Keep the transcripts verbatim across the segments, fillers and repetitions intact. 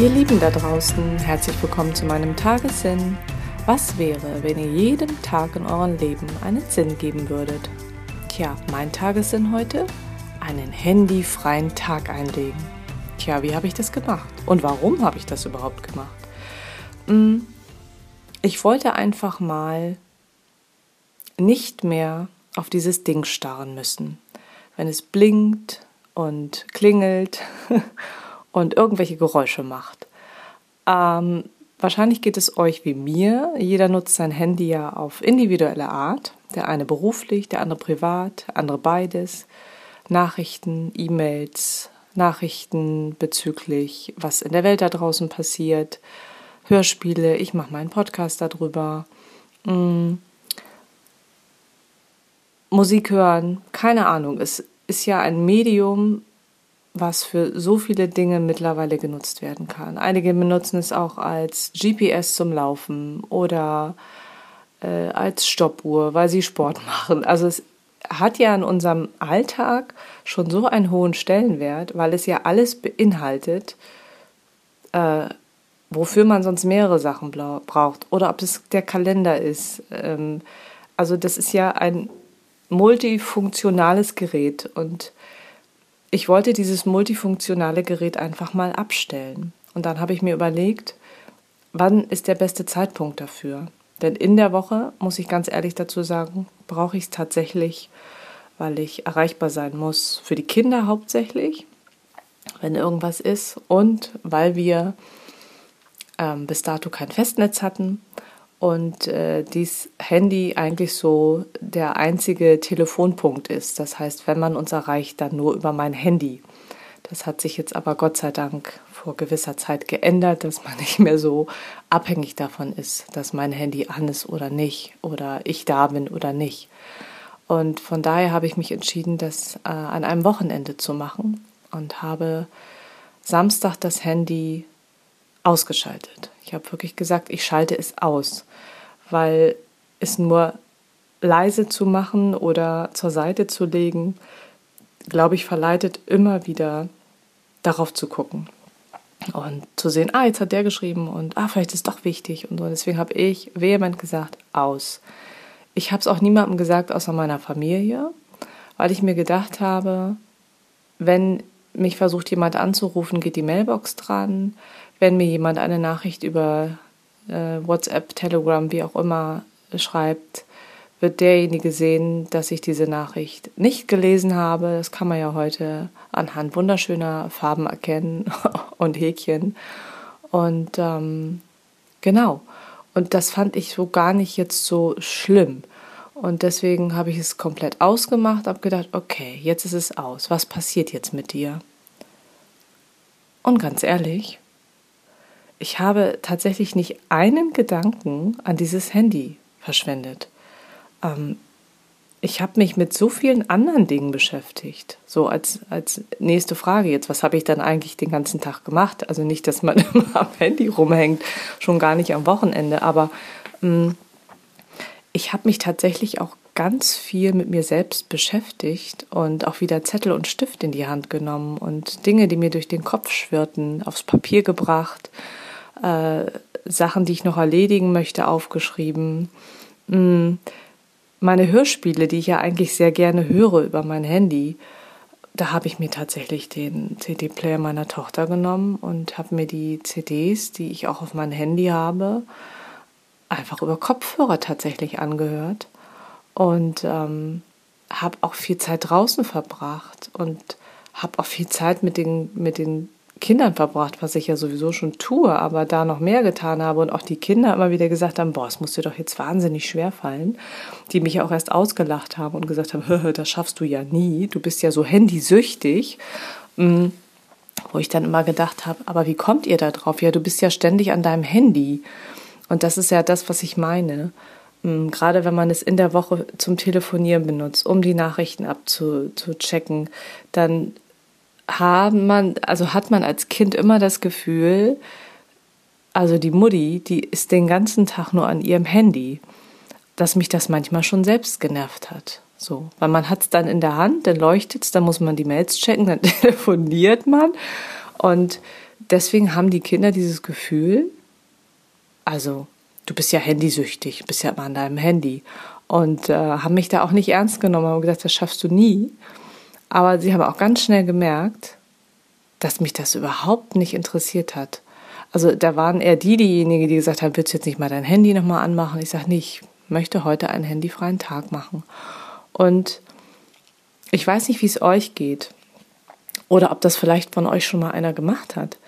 Ihr Lieben da draußen, herzlich willkommen zu meinem Tagessinn. Was wäre, wenn ihr jedem Tag in eurem Leben einen Sinn geben würdet? Tja, mein Tagessinn heute? Einen handyfreien Tag einlegen. Tja, wie habe ich das gemacht? Und warum habe ich das überhaupt gemacht? Ich wollte einfach mal nicht mehr auf dieses Ding starren müssen. Wenn es blinkt und klingelt und irgendwelche Geräusche macht. Ähm, wahrscheinlich geht es euch wie mir. Jeder nutzt sein Handy ja auf individuelle Art. Der eine beruflich, der andere privat, der andere beides. Nachrichten, E-Mails, Nachrichten bezüglich, was in der Welt da draußen passiert. Hörspiele, ich mache meinen Podcast darüber. Mhm. Musik hören, keine Ahnung. Es ist ja ein Medium, was für so viele Dinge mittlerweile genutzt werden kann. Einige benutzen es auch als G P S zum Laufen oder äh, als Stoppuhr, weil sie Sport machen. Also es hat ja in unserem Alltag schon so einen hohen Stellenwert, weil es ja alles beinhaltet, äh, wofür man sonst mehrere Sachen braucht. Oder ob es der Kalender ist. Ähm, also das ist ja ein multifunktionales Gerät und ich wollte dieses multifunktionale Gerät einfach mal abstellen. Und dann habe ich mir überlegt, wann ist der beste Zeitpunkt dafür? Denn in der Woche, muss ich ganz ehrlich dazu sagen, brauche ich es tatsächlich, weil ich erreichbar sein muss. Für die Kinder hauptsächlich, wenn irgendwas ist. Und weil wir ähm, bis dato kein Festnetz hatten. Und äh, dieses Handy eigentlich so der einzige Telefonpunkt ist. Das heißt, wenn man uns erreicht, dann nur über mein Handy. Das hat sich jetzt aber Gott sei Dank vor gewisser Zeit geändert, dass man nicht mehr so abhängig davon ist, dass mein Handy an ist oder nicht oder ich da bin oder nicht. Und von daher habe ich mich entschieden, das äh, an einem Wochenende zu machen und habe Samstag das Handy ausgeschaltet. Ich habe wirklich gesagt, ich schalte es aus, weil es nur leise zu machen oder zur Seite zu legen, glaube ich, verleitet immer wieder darauf zu gucken und zu sehen, ah, jetzt hat der geschrieben und ah, vielleicht ist es doch wichtig und so. Deswegen habe ich vehement gesagt, aus. Ich habe es auch niemandem gesagt, außer meiner Familie, weil ich mir gedacht habe, wenn mich versucht jemand anzurufen, geht die Mailbox dran. Wenn mir jemand eine Nachricht über äh, WhatsApp, Telegram, wie auch immer schreibt, wird derjenige sehen, dass ich diese Nachricht nicht gelesen habe. Das kann man ja heute anhand wunderschöner Farben erkennen und Häkchen. Und ähm, genau. Und das fand ich so gar nicht jetzt so schlimm. Und deswegen habe ich es komplett ausgemacht, habe gedacht, okay, jetzt ist es aus. Was passiert jetzt mit dir? Und ganz ehrlich, ich habe tatsächlich nicht einen Gedanken an dieses Handy verschwendet. Ähm, ich habe mich mit so vielen anderen Dingen beschäftigt. So als, als nächste Frage jetzt, was habe ich dann eigentlich den ganzen Tag gemacht? Also nicht, dass man immer am Handy rumhängt, schon gar nicht am Wochenende, aber ähm, ich habe mich tatsächlich auch ganz viel mit mir selbst beschäftigt und auch wieder Zettel und Stift in die Hand genommen und Dinge, die mir durch den Kopf schwirrten, aufs Papier gebracht, äh, Sachen, die ich noch erledigen möchte, aufgeschrieben. Mm, meine Hörspiele, die ich ja eigentlich sehr gerne höre über mein Handy, da habe ich mir tatsächlich den C D-Player meiner Tochter genommen und habe mir die C Ds, die ich auch auf mein Handy habe, einfach über Kopfhörer tatsächlich angehört. Und ähm, habe auch viel Zeit draußen verbracht und habe auch viel Zeit mit den, mit den Kindern verbracht, was ich ja sowieso schon tue, aber da noch mehr getan habe und auch die Kinder immer wieder gesagt haben, boah, es muss dir doch jetzt wahnsinnig schwer fallen, die mich ja auch erst ausgelacht haben und gesagt haben, hö, das schaffst du ja nie, du bist ja so handysüchtig, mhm. Wo ich dann immer gedacht habe, aber wie kommt ihr da drauf? Ja, du bist ja ständig an deinem Handy und das ist ja das, was ich meine. Gerade wenn man es in der Woche zum Telefonieren benutzt, um die Nachrichten abzuchecken, dann haben man, also hat man als Kind immer das Gefühl, also die Mutti, die ist den ganzen Tag nur an ihrem Handy, dass mich das manchmal schon selbst genervt hat. So, weil man hat es dann in der Hand, dann leuchtet es, dann muss man die Mails checken, dann telefoniert man und deswegen haben die Kinder dieses Gefühl, also du bist ja handysüchtig, bist ja immer an deinem Handy. Und äh, haben mich da auch nicht ernst genommen, haben gesagt, das schaffst du nie. Aber sie haben auch ganz schnell gemerkt, dass mich das überhaupt nicht interessiert hat. Also da waren eher die diejenigen, die gesagt haben, willst du jetzt nicht mal dein Handy nochmal anmachen? Ich sage, nee, ich möchte heute einen handyfreien Tag machen. Und ich weiß nicht, wie es euch geht oder ob das vielleicht von euch schon mal einer gemacht hat.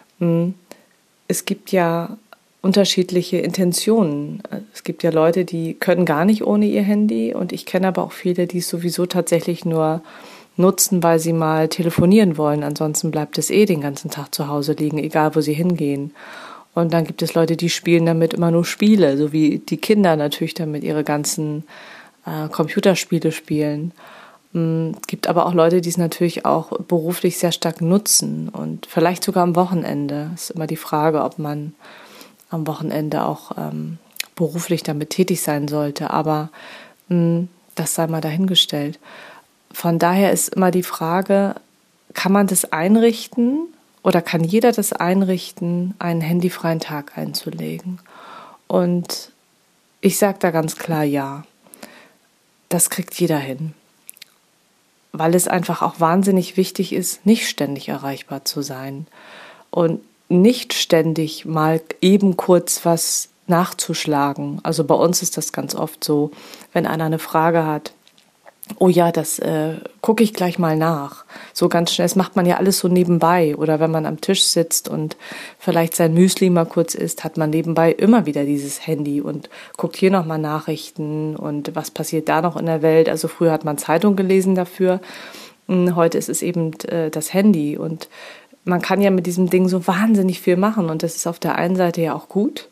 Es gibt ja unterschiedliche Intentionen. Es gibt ja Leute, die können gar nicht ohne ihr Handy und ich kenne aber auch viele, die es sowieso tatsächlich nur nutzen, weil sie mal telefonieren wollen. Ansonsten bleibt es eh den ganzen Tag zu Hause liegen, egal wo sie hingehen. Und dann gibt es Leute, die spielen damit immer nur Spiele, so wie die Kinder natürlich damit ihre ganzen äh, Computerspiele spielen. Es gibt aber auch Leute, die es natürlich auch beruflich sehr stark nutzen und vielleicht sogar am Wochenende. Es ist immer die Frage, ob man am Wochenende auch ähm, beruflich damit tätig sein sollte, aber mh, das sei mal dahingestellt. Von daher ist immer die Frage, kann man das einrichten oder kann jeder das einrichten, einen handyfreien Tag einzulegen? Und ich sage da ganz klar ja, das kriegt jeder hin, weil es einfach auch wahnsinnig wichtig ist, nicht ständig erreichbar zu sein und nicht ständig mal eben kurz was nachzuschlagen. Also bei uns ist das ganz oft so, wenn einer eine Frage hat, oh ja, das äh, gucke ich gleich mal nach. So ganz schnell, das macht man ja alles so nebenbei. Oder wenn man am Tisch sitzt und vielleicht sein Müsli mal kurz isst, hat man nebenbei immer wieder dieses Handy und guckt hier nochmal Nachrichten und was passiert da noch in der Welt. Also früher hat man Zeitung gelesen dafür, heute ist es eben äh, das Handy und man kann ja mit diesem Ding so wahnsinnig viel machen und das ist auf der einen Seite ja auch gut,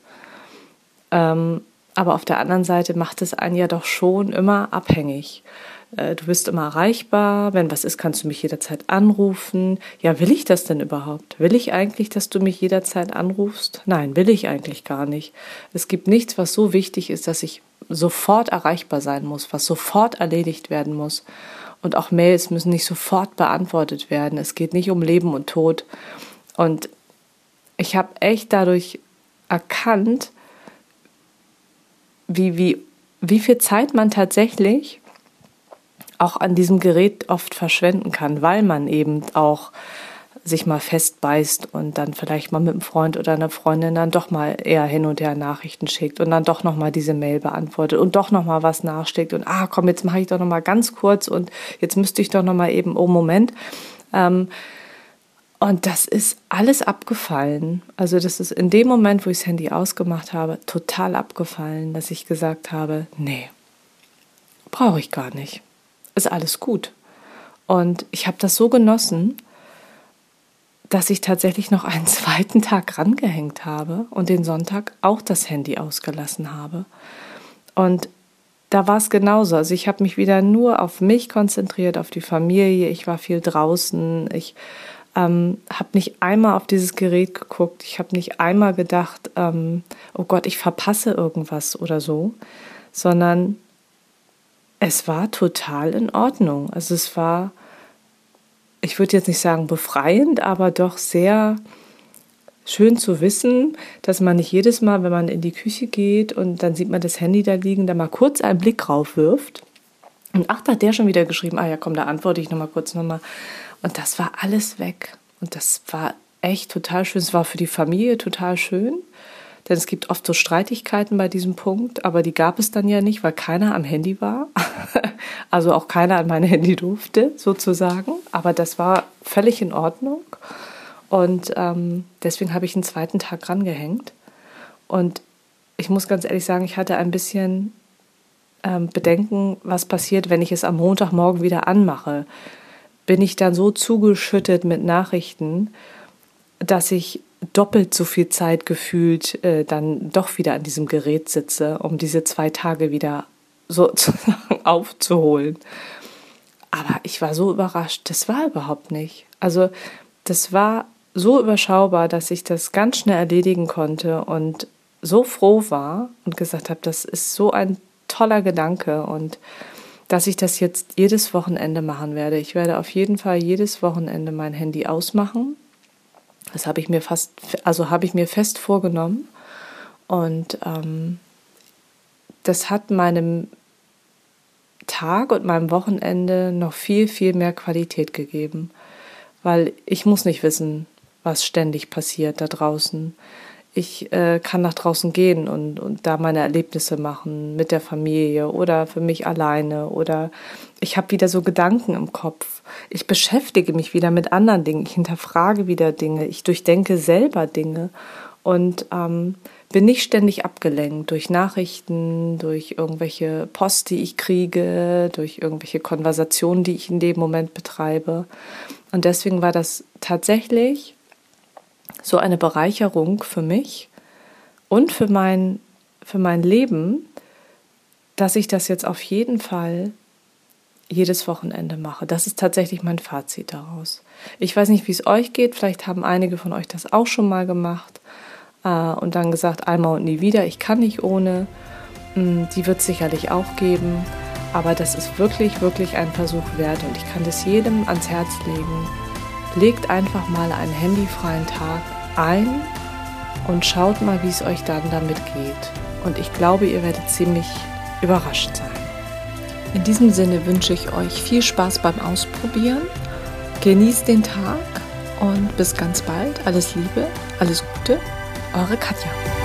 ähm, aber auf der anderen Seite macht es einen ja doch schon immer abhängig. Äh, du bist immer erreichbar, wenn was ist, kannst du mich jederzeit anrufen. Ja, will ich das denn überhaupt? Will ich eigentlich, dass du mich jederzeit anrufst? Nein, will ich eigentlich gar nicht. Es gibt nichts, was so wichtig ist, dass ich sofort erreichbar sein muss, was sofort erledigt werden muss. Und auch Mails müssen nicht sofort beantwortet werden. Es geht nicht um Leben und Tod. Und ich habe echt dadurch erkannt, wie, wie, wie viel Zeit man tatsächlich auch an diesem Gerät oft verschwenden kann, weil man eben auch sich mal festbeißt und dann vielleicht mal mit einem Freund oder einer Freundin dann doch mal eher hin und her Nachrichten schickt und dann doch noch mal diese Mail beantwortet und doch noch mal was nachschickt und ah komm, jetzt mache ich doch noch mal ganz kurz und jetzt müsste ich doch noch mal eben, oh Moment. Ähm, und das ist alles abgefallen. Also das ist in dem Moment, wo ich das Handy ausgemacht habe, total abgefallen, dass ich gesagt habe, nee, brauche ich gar nicht. Ist alles gut. Und ich habe das so genossen, dass ich tatsächlich noch einen zweiten Tag rangehängt habe und den Sonntag auch das Handy ausgelassen habe. Und da war es genauso. Also ich habe mich wieder nur auf mich konzentriert, auf die Familie. Ich war viel draußen. Ich ähm, habe nicht einmal auf dieses Gerät geguckt. Ich habe nicht einmal gedacht, ähm, oh Gott, ich verpasse irgendwas oder so, sondern es war total in Ordnung. Also es war, ich würde jetzt nicht sagen befreiend, aber doch sehr schön zu wissen, dass man nicht jedes Mal, wenn man in die Küche geht und dann sieht man das Handy da liegen, da mal kurz einen Blick drauf wirft. Und ach, da hat der schon wieder geschrieben, ah ja komm, da antworte ich nochmal kurz nochmal. Und das war alles weg. Und das war echt total schön. Es war für die Familie total schön. Denn es gibt oft so Streitigkeiten bei diesem Punkt, aber die gab es dann ja nicht, weil keiner am Handy war. Also auch keiner an mein Handy durfte, sozusagen. Aber das war völlig in Ordnung. Und ähm, deswegen habe ich einen zweiten Tag rangehängt. Und ich muss ganz ehrlich sagen, ich hatte ein bisschen ähm, Bedenken, was passiert, wenn ich es am Montagmorgen wieder anmache. Bin ich dann so zugeschüttet mit Nachrichten, dass ich doppelt so viel Zeit gefühlt äh, dann doch wieder an diesem Gerät sitze, um diese zwei Tage wieder sozusagen aufzuholen. Aber ich war so überrascht, das war überhaupt nicht. Also das war so überschaubar, dass ich das ganz schnell erledigen konnte und so froh war und gesagt habe, das ist so ein toller Gedanke und dass ich das jetzt jedes Wochenende machen werde. Ich werde auf jeden Fall jedes Wochenende mein Handy ausmachen Das habe ich mir fast, also habe ich mir fest vorgenommen. Und ähm, das hat meinem Tag und meinem Wochenende noch viel, viel mehr Qualität gegeben. Weil ich muss nicht wissen, was ständig passiert da draußen. Ich äh, kann nach draußen gehen und, und da meine Erlebnisse machen mit der Familie oder für mich alleine. Oder ich habe wieder so Gedanken im Kopf. Ich beschäftige mich wieder mit anderen Dingen. Ich hinterfrage wieder Dinge. Ich durchdenke selber Dinge. Und ähm, bin nicht ständig abgelenkt durch Nachrichten, durch irgendwelche Post, die ich kriege, durch irgendwelche Konversationen, die ich in dem Moment betreibe. Und deswegen war das tatsächlich so eine Bereicherung für mich und für mein, für mein Leben, dass ich das jetzt auf jeden Fall jedes Wochenende mache. Das ist tatsächlich mein Fazit daraus. Ich weiß nicht, wie es euch geht. Vielleicht haben einige von euch das auch schon mal gemacht äh, und dann gesagt, einmal und nie wieder. Ich kann nicht ohne. Die wird es sicherlich auch geben. Aber das ist wirklich, wirklich ein Versuch wert. Und ich kann das jedem ans Herz legen. Legt einfach mal einen handyfreien Tag ein und schaut mal, wie es euch dann damit geht. Und ich glaube, ihr werdet ziemlich überrascht sein. In diesem Sinne wünsche ich euch viel Spaß beim Ausprobieren. Genießt den Tag und bis ganz bald. Alles Liebe, alles Gute, eure Katja.